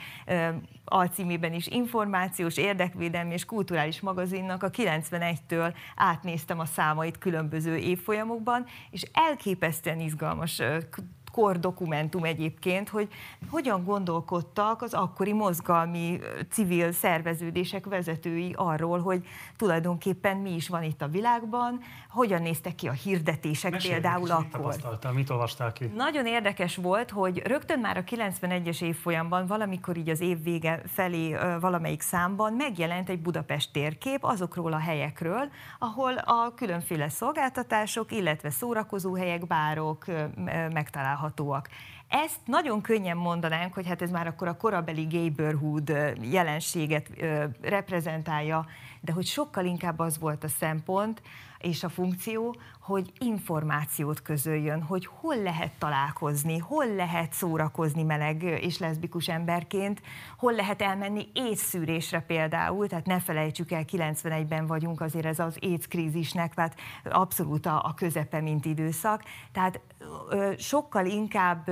S2: alcímében is információs, érdekvédelmi és kulturális magazinnak a 91-től átnéztem a számait különböző évfolyamokban, és elképesztően izgalmas kordokumentum egyébként, hogy hogyan gondolkodtak az akkori mozgalmi civil szerveződések vezetői arról, hogy tulajdonképpen mi is van itt a világban, hogyan néztek ki a hirdetések például akkor.
S1: Mit olvastál ki?
S2: Nagyon érdekes volt, hogy rögtön már a 91-es évfolyamban, valamikor így az év vége felé valamelyik számban megjelent egy Budapest térkép azokról a helyekről, ahol a különféle szolgáltatások, illetve szórakozóhelyek, bárok megtalálhatóak. Ezt nagyon könnyen mondanánk, hogy hát ez már akkor a korabeli neighborhood jelenséget reprezentálja, de hogy sokkal inkább az volt a szempont és a funkció, hogy információt közöljön, hogy hol lehet találkozni, hol lehet szórakozni meleg és leszbikus emberként, hol lehet elmenni étszűrésre például, tehát ne felejtsük el, 91-ben vagyunk, azért ez az AIDS krízisnek, tehát abszolút a közepe, mint időszak. Tehát sokkal inkább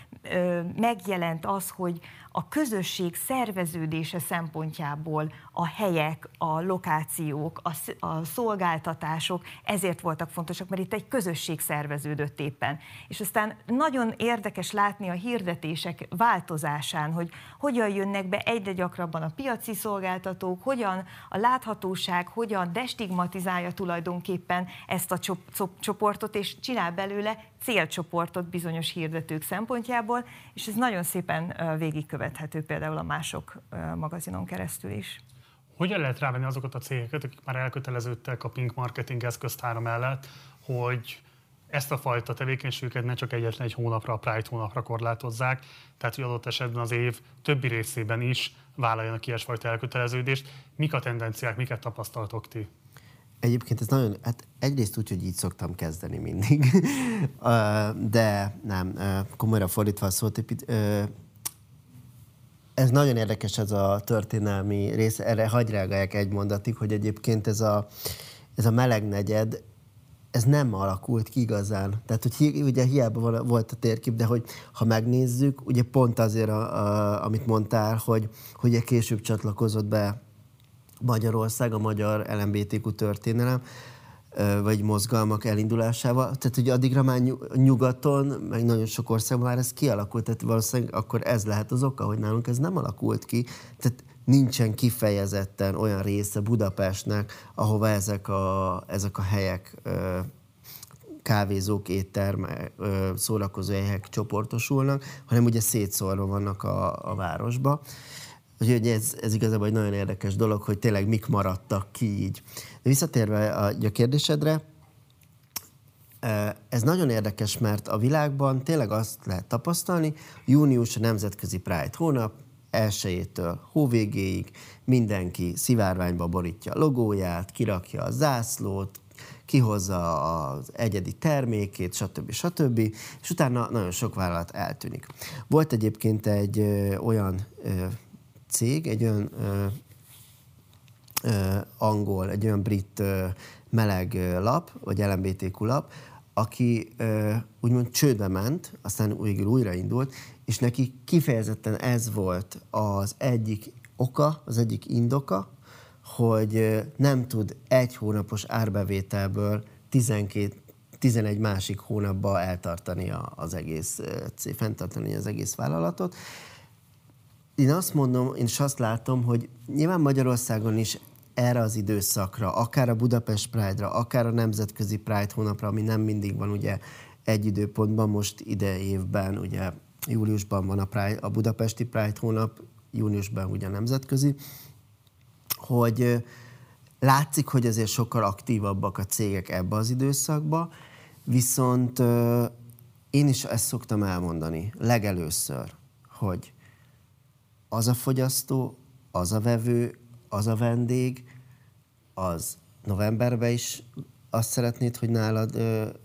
S2: megjelent az, hogy a közösség szerveződése szempontjából a helyek, a lokációk, a szolgáltatások ezért voltak fontosak, mert itt egy közösség szerveződött éppen. És aztán nagyon érdekes látni a hirdetések változásán, hogy hogyan jönnek be egyre gyakrabban a piaci szolgáltatók, hogyan a láthatóság, hogyan destigmatizálja tulajdonképpen ezt a csoportot, és csinál belőle célcsoportot bizonyos hirdetők szempontjából, és ez nagyon szépen végigkövethető például a Mások magazinon keresztül is.
S1: Hogyan lehet rávenni azokat a cégeket, akik már elköteleződtek a Pink Marketing eszköztára mellett, hogy ezt a fajta tevékenységüket ne csak egyetlen egy hónapra, a Pride hónapra korlátozzák, tehát hogy adott esetben az év többi részében is vállaljanak ilyesfajta elköteleződést. Mik a tendenciák, miket tapasztaltok ti?
S3: Egyébként ez nagyon, hát egyrészt úgy, hogy így szoktam kezdeni mindig, de nem, komolyra fordítva a szót, ez nagyon érdekes ez a történelmi rész, erre hadd reagáljak egy mondatig, hogy egyébként ez a meleg negyed, ez nem alakult ki igazán. Tehát, hogy ugye hiába volt a térkép, de hogy ha megnézzük, ugye pont azért, amit mondtál, hogy később csatlakozott be Magyarország, a magyar LMBTQ történelem, vagy mozgalmak elindulásával. Tehát, hogy addigra már nyugaton, meg nagyon sok országban már ez kialakult, tehát valószínűleg akkor ez lehet az oka, hogy nálunk ez nem alakult ki. Tehát nincsen kifejezetten olyan része Budapestnek, ahova ezek a helyek, kávézók, éttermek, szórakozóhelyek csoportosulnak, hanem ugye szétszórva vannak a városba. Úgyhogy ez igazából egy nagyon érdekes dolog, hogy tényleg mik maradtak ki így. De visszatérve a kérdésedre, ez nagyon érdekes, mert a világban tényleg azt lehet tapasztalni, június a nemzetközi Pride hónap, 1-től hóvégéig mindenki szivárványba borítja a logóját, kirakja a zászlót, kihozza az egyedi termékét, stb. És utána nagyon sok vállalat eltűnik. Volt egyébként egy olyan cég, egy olyan angol, egy olyan brit meleg lap, vagy LMBTQ lap, aki úgymond csődbe ment, aztán újraindult, és neki kifejezetten ez volt az egyik oka, az egyik indoka, hogy nem tud egy hónapos árbevételből 11 másik hónapban eltartani az egész fenntartani az egész vállalatot. Én azt mondom, én is azt látom, hogy nyilván Magyarországon is erre az időszakra, akár a Budapest Pride-ra, akár a Nemzetközi Pride hónapra, ami nem mindig van ugye egy időpontban, most ide évben, ugye júliusban van a Budapesti Pride hónap, júniusban ugye a nemzetközi, hogy látszik, hogy azért sokkal aktívabbak a cégek ebbe az időszakba, viszont én is ezt szoktam elmondani legelőször, hogy az a fogyasztó, az a vevő, az a vendég, az novemberben is azt szeretnéd, hogy nálad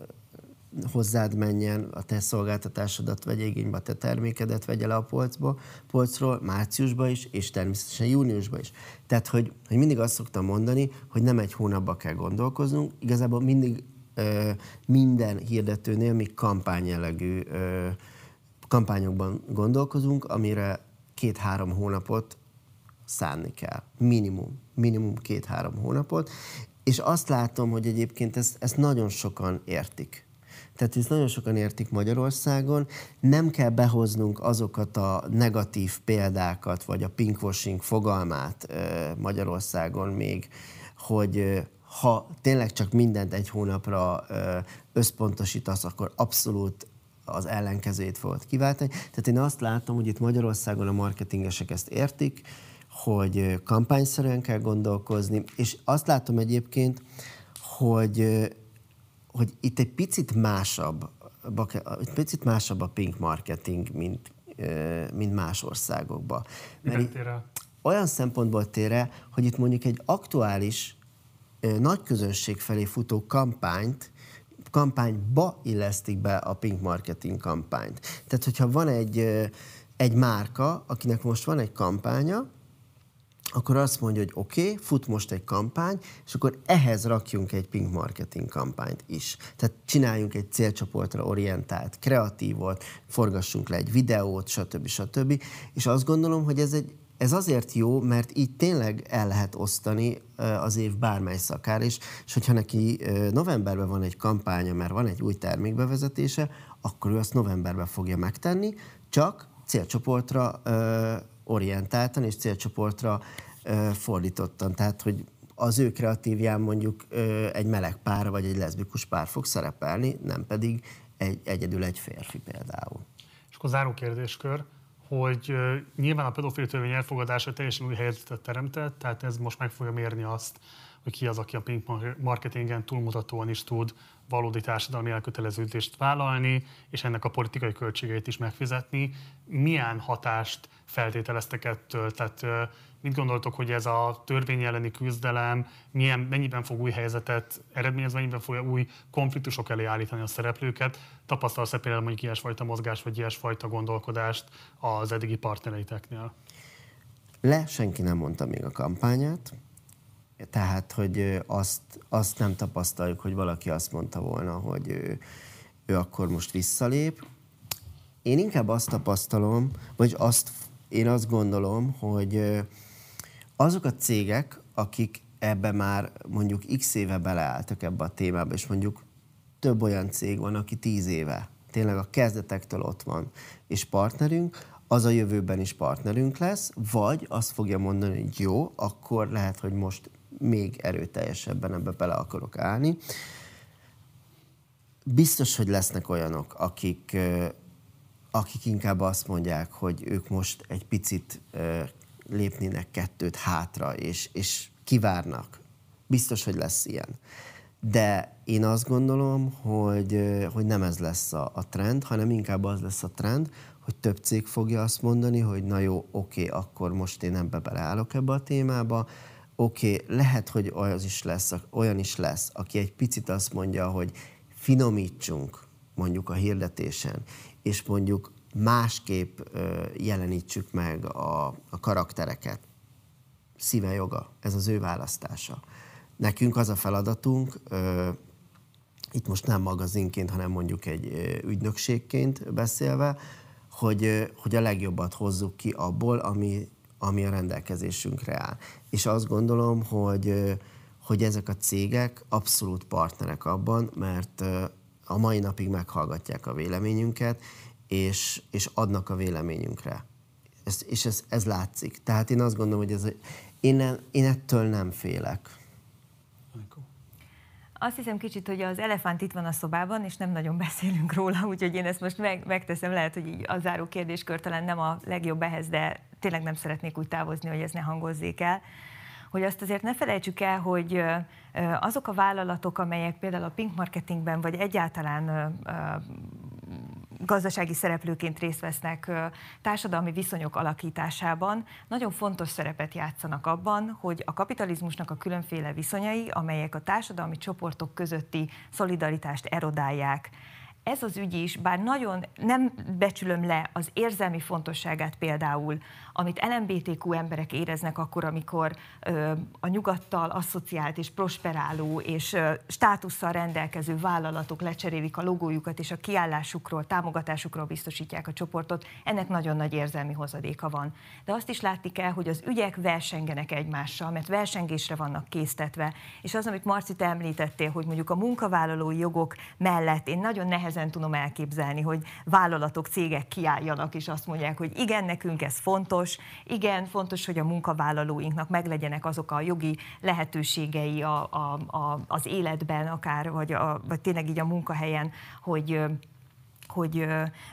S3: hozzád menjen, a te szolgáltatásodat vegye igénybe, a te termékedet vegye le a polcról, márciusban is, és természetesen júniusban is. Tehát, hogy mindig azt szoktam mondani, hogy nem egy hónapba kell gondolkoznunk, igazából mindig minden hirdetőnél mi kampányjellegű kampányokban gondolkozunk, amire 2-3 hónapot szánni kell. Minimum 2-3 hónapot. És azt látom, hogy egyébként ezt nagyon sokan értik. Tehát ezt nagyon sokan értik Magyarországon. Nem kell behoznunk azokat a negatív példákat, vagy a pinkwashing fogalmát Magyarországon még, hogy ha tényleg csak mindent egy hónapra összpontosítasz, akkor abszolút az ellenkezőjét fogod kiváltani. Tehát én azt látom, hogy itt Magyarországon a marketingesek ezt értik, hogy kampányszerűen kell gondolkozni, és azt látom egyébként, hogy itt egy picit másabb a pink marketing, mint más országokban. Olyan szempontból tér el, hogy itt mondjuk egy aktuális, nagy közönség felé futó kampányba illesztik be a pink marketing kampányt. Tehát, hogyha van egy márka, akinek most van egy kampánya, akkor azt mondja, hogy oké, fut most egy kampány, és akkor ehhez rakjunk egy pink marketing kampányt is. Tehát csináljunk egy célcsoportra orientált, kreatívot, forgassunk le egy videót, stb. És azt gondolom, hogy ez azért jó, mert így tényleg el lehet osztani az év bármely szakára is, és hogyha neki novemberben van egy kampánya, mert van egy új termék bevezetése, akkor ő azt novemberben fogja megtenni, csak célcsoportra orientáltan és célcsoportra fordítottan. Tehát, hogy az ő kreatívján mondjuk egy meleg pár vagy egy leszbikus pár fog szerepelni, nem pedig egyedül egy férfi például.
S1: És akkor záró kérdéskör, hogy nyilván a pedofil törvény elfogadása teljesen új helyzetet teremtett, tehát ez most meg fogja mérni azt, hogy ki az, aki a pink marketingen túlmutatóan is tud valódi társadalmi elköteleződést vállalni, és ennek a politikai költségeit is megfizetni. Milyen hatást feltételeztek ettől? Tehát mit gondoltok, hogy ez a törvény elleni küzdelem mennyiben fog új helyzetet eredményezni, mennyiben fogja új konfliktusok elé állítani a szereplőket? Tapasztalsz-e például mondjuk ilyesfajta mozgást, vagy ilyesfajta gondolkodást az eddigi partnereiteknél?
S3: Senki nem mondta még a kampányát. Tehát, hogy azt nem tapasztaljuk, hogy valaki azt mondta volna, hogy ő akkor most visszalép. Én inkább azt tapasztalom, vagy én azt gondolom, hogy azok a cégek, akik ebbe már mondjuk x éve beleálltak ebbe a témába, és mondjuk több olyan cég van, aki 10 éve tényleg a kezdetektől ott van, és partnerünk, az a jövőben is partnerünk lesz, vagy azt fogja mondani, hogy jó, akkor lehet, hogy most még erőteljesebben ebbe bele akarok állni. Biztos, hogy lesznek olyanok, akik inkább azt mondják, hogy ők most egy picit lépnének 2 hátra, és kivárnak. Biztos, hogy lesz ilyen. De én azt gondolom, hogy nem ez lesz a trend, hanem inkább az lesz a trend, hogy több cég fogja azt mondani, hogy na jó, oké, akkor most én ebbe beleállok ebbe a témába. Oké, lehet, hogy olyan is lesz, aki egy picit azt mondja, hogy finomítsunk mondjuk a hirdetésen, és mondjuk másképp jelenítsük meg a karaktereket. Szíve joga, ez az ő választása. Nekünk az a feladatunk, itt most nem magazinként, hanem mondjuk egy ügynökségként beszélve, hogy a legjobbat hozzuk ki abból, ami a rendelkezésünkre áll. És azt gondolom, hogy ezek a cégek abszolút partnerek abban, mert a mai napig meghallgatják a véleményünket, és adnak a véleményünkre. Ez látszik. Tehát én azt gondolom, hogy én ettől nem félek.
S2: Azt hiszem kicsit, hogy az elefánt itt van a szobában, és nem nagyon beszélünk róla, úgyhogy én ezt most megteszem, lehet, hogy így a záró kérdéskör talán nem a legjobb ehhez, de tényleg nem szeretnék úgy távozni, hogy ez ne hangozzék el. Hogy azt azért ne felejtsük el, hogy azok a vállalatok, amelyek például a Pink Marketingben, vagy egyáltalán gazdasági szereplőként részt vesznek társadalmi viszonyok alakításában, nagyon fontos szerepet játszanak abban, hogy a kapitalizmusnak a különféle viszonyai, amelyek a társadalmi csoportok közötti szolidaritást erodálják. Ez az ügy is, bár nagyon nem becsülöm le az érzelmi fontosságát például, amit LMBTQ emberek éreznek akkor, amikor a nyugattal asszociált és prosperáló és státusszal rendelkező vállalatok lecserélik a logójukat és a kiállásukról, támogatásukról biztosítják a csoportot, ennek nagyon nagy érzelmi hozadéka van. De azt is látni kell, hogy az ügyek versengenek egymással, mert versengésre vannak késztetve, és az, amit Marci, te említettél, hogy mondjuk a munkavállalói jogok mellett én nagyon nehezen tudom elképzelni, hogy vállalatok, cégek kiálljanak, és azt mondják, hogy igen, nekünk ez fontos, igen, fontos, hogy a munkavállalóinknak meglegyenek azok a jogi lehetőségei az életben, akár, vagy tényleg így a munkahelyen, hogy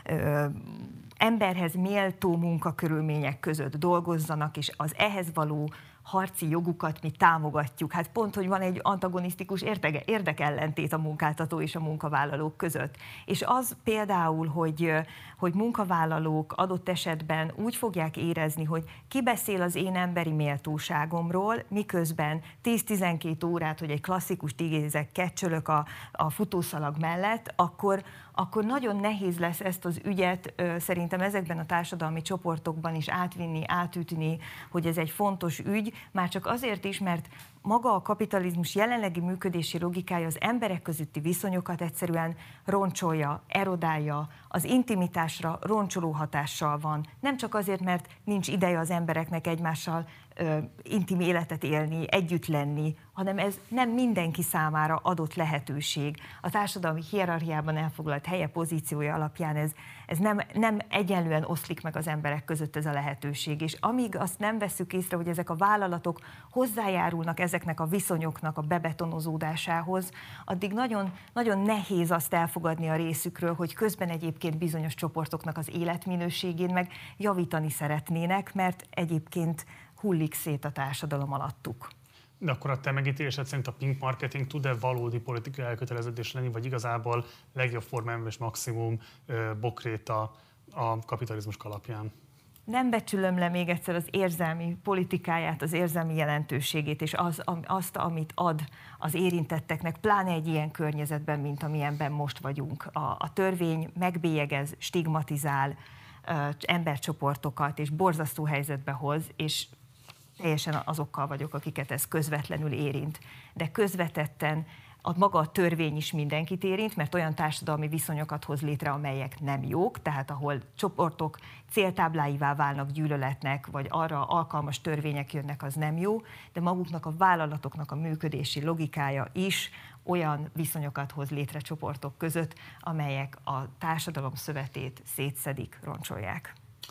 S2: emberhez méltó munkakörülmények között dolgozzanak, és az ehhez való harci jogukat mi támogatjuk. Hát pont, hogy van egy antagonisztikus érdekellentét a munkáltató és a munkavállalók között. És az például, hogy munkavállalók adott esetben úgy fogják érezni, hogy ki beszél az én emberi méltóságomról, miközben 10-12 órát, hogy egy klasszikust idézek, kecsölök a futószalag mellett, akkor nagyon nehéz lesz ezt az ügyet szerintem ezekben a társadalmi csoportokban is átvinni, átütni, hogy ez egy fontos ügy, már csak azért is, mert maga a kapitalizmus jelenlegi működési logikája az emberek közötti viszonyokat egyszerűen roncsolja, erodálja, az intimitásra roncsoló hatással van. Nem csak azért, mert nincs ideje az embereknek egymással intim életet élni, együtt lenni, hanem ez nem mindenki számára adott lehetőség. A társadalmi hierarchiában elfoglalt helye, pozíciója alapján ez nem egyenlően oszlik meg az emberek között ez a lehetőség. És amíg azt nem vesszük észre, hogy ezek a vállalatok hozzájárulnak ezeknek a viszonyoknak a bebetonozódásához, addig nagyon, nagyon nehéz azt elfogadni a részükről, hogy közben egyébként bizonyos csoportoknak az életminőségén meg javítani szeretnének, mert egyébként hullik szét a társadalom alattuk.
S1: De akkor a te megítélésed szerint a Pink Marketing tud-e valódi politikai elköteleződés lenni, vagy igazából legjobb formában és maximum bokréta a kapitalizmus alapján?
S2: Nem becsülöm le még egyszer az érzelmi politikáját, az érzelmi jelentőségét, és azt, amit ad az érintetteknek, pláne egy ilyen környezetben, mint amilyenben most vagyunk. A törvény megbélyegez, stigmatizál embercsoportokat, és borzasztó helyzetbe hoz, és teljesen azokkal vagyok, akiket ez közvetlenül érint. De közvetetten maga a törvény is mindenkit érint, mert olyan társadalmi viszonyokat hoz létre, amelyek nem jók, tehát ahol csoportok céltábláivá válnak gyűlöletnek, vagy arra alkalmas törvények jönnek, az nem jó, de maguknak a vállalatoknak a működési logikája is olyan viszonyokat hoz létre csoportok között, amelyek a társadalom szövetét szétszedik, roncsolják.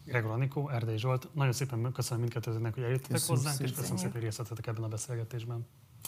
S1: Gregor Anikó, Erdei Zsolt. Nagyon szépen köszönöm mindkettőtöknek, hogy eljöttetek hozzánk, és köszönöm szépen, hogy részt vettetek ebben a beszélgetésben.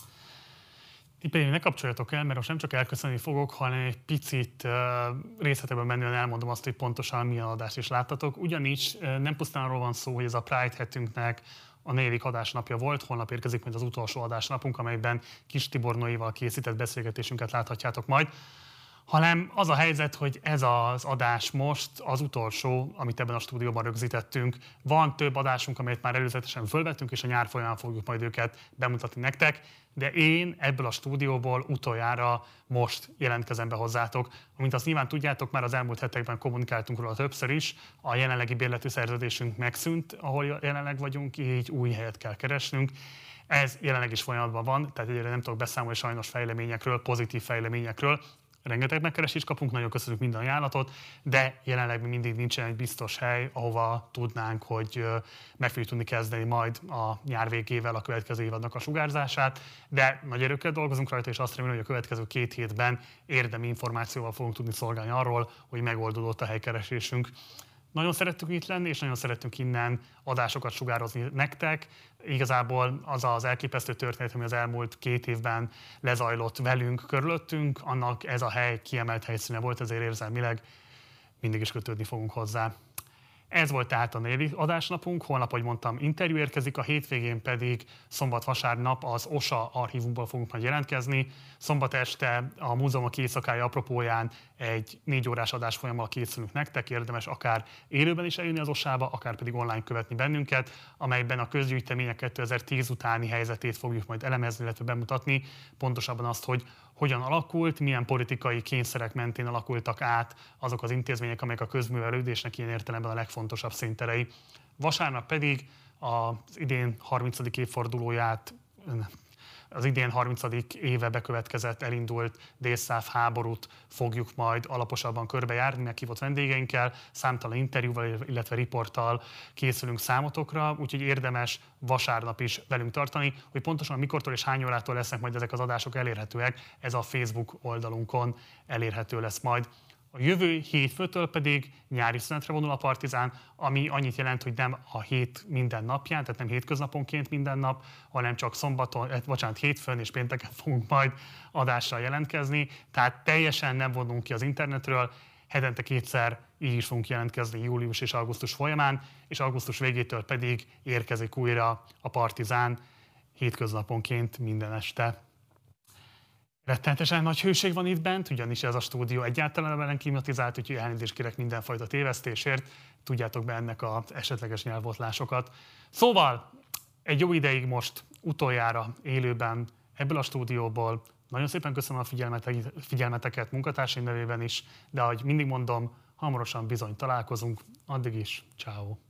S1: Ti pedig ne kapcsoljatok el, mert most nem csak elköszönni fogok, hanem egy picit részletekben menően elmondom azt, hogy pontosan milyen adást is láttatok. Ugyanis nem pusztán arról van szó, hogy ez a Pride hetünknek a 4. adásnapja volt, holnap érkezik majd az utolsó adásnapunk, amelyben Kis Tibor Noéval készített beszélgetésünket láthatjátok majd, hanem az a helyzet, hogy ez az adás most az utolsó, amit ebben a stúdióban rögzítettünk. Van több adásunk, amelyet már előzetesen fölvettünk, és a nyár folyamán fogjuk majd őket bemutatni nektek, de én ebből a stúdióból utoljára most jelentkezem be hozzátok. Amint azt nyilván tudjátok, már az elmúlt hetekben kommunikáltunk róla többször is, a jelenlegi bérletű szerződésünk megszűnt, ahol jelenleg vagyunk, így új helyet kell keresnünk. Ez jelenleg is folyamatban van, tehát egyre nem tudok beszámolni sajnos fejleményekről, pozitív fejleményekről. Rengeteg megkeresést kapunk, nagyon köszönjük minden ajánlatot, de jelenleg még mindig nincsen egy biztos hely, ahova tudnánk, hogy meg fogjuk tudni kezdeni majd a nyár végével a következő évadnak a sugárzását, de nagy erőkkel dolgozunk rajta, és azt remélem, hogy a következő 2 hétben érdemi információval fogunk tudni szolgálni arról, hogy megoldódott a helykeresésünk. Nagyon szerettünk itt lenni, és nagyon szerettünk innen adásokat sugározni nektek. Igazából az az elképesztő történet, ami az elmúlt 2 évben lezajlott velünk, körülöttünk, annak ez a hely kiemelt helyszíne volt, ezért érzelmileg mindig is kötődni fogunk hozzá. Ez volt tehát a 4. adásnapunk, holnap, ahogy mondtam, interjú érkezik, a hétvégén pedig szombat-vasárnap az OSA archívumból fogunk majd jelentkezni. Szombat este a Múzeumok éjszakája apropóján egy 4 órás adásfolyammal készülünk nektek, érdemes akár élőben is eljönni az OSA-ba, akár pedig online követni bennünket, amelyben a közgyűjtemények 2010 utáni helyzetét fogjuk majd elemezni, illetve bemutatni, pontosabban azt, hogy hogyan alakult, milyen politikai kényszerek mentén alakultak át azok az intézmények, amelyek a közművelődésnek ilyen értelemben a legfontosabb színterei. Vasárnap pedig az idén 30. évfordulóját, az idén 30. éve bekövetkezett, elindult délszláv háborút fogjuk majd alaposabban körbejárni meghívott vendégeinkkel, számtalan interjúval, illetve riporttal készülünk számotokra, úgyhogy érdemes vasárnap is velünk tartani, hogy pontosan mikortól és hány órától lesznek majd ezek az adások elérhetőek, ez a Facebook oldalunkon elérhető lesz majd. A jövő hétfőtől pedig nyári szünetre vonul a Partizán, ami annyit jelent, hogy nem a hét minden napján, tehát nem hétköznaponként minden nap, hanem csak hétfőn és pénteken fogunk majd adással jelentkezni. Tehát teljesen nem vonunk ki az internetről, hetente 2-szer így is fogunk jelentkezni július és augusztus folyamán, és augusztus végétől pedig érkezik újra a Partizán hétköznaponként minden este. Rettenetesen nagy hőség van itt bent, ugyanis ez a stúdió egyáltalán nem klimatizált, úgyhogy elnézést kérek mindenfajta tévesztésért, tudjátok be ennek az esetleges nyelvotlásokat. Szóval egy jó ideig most utoljára élőben ebből a stúdióból. Nagyon szépen köszönöm a figyelmeteket munkatársaim nevében is, de ahogy mindig mondom, hamarosan bizony találkozunk, addig is, ciao.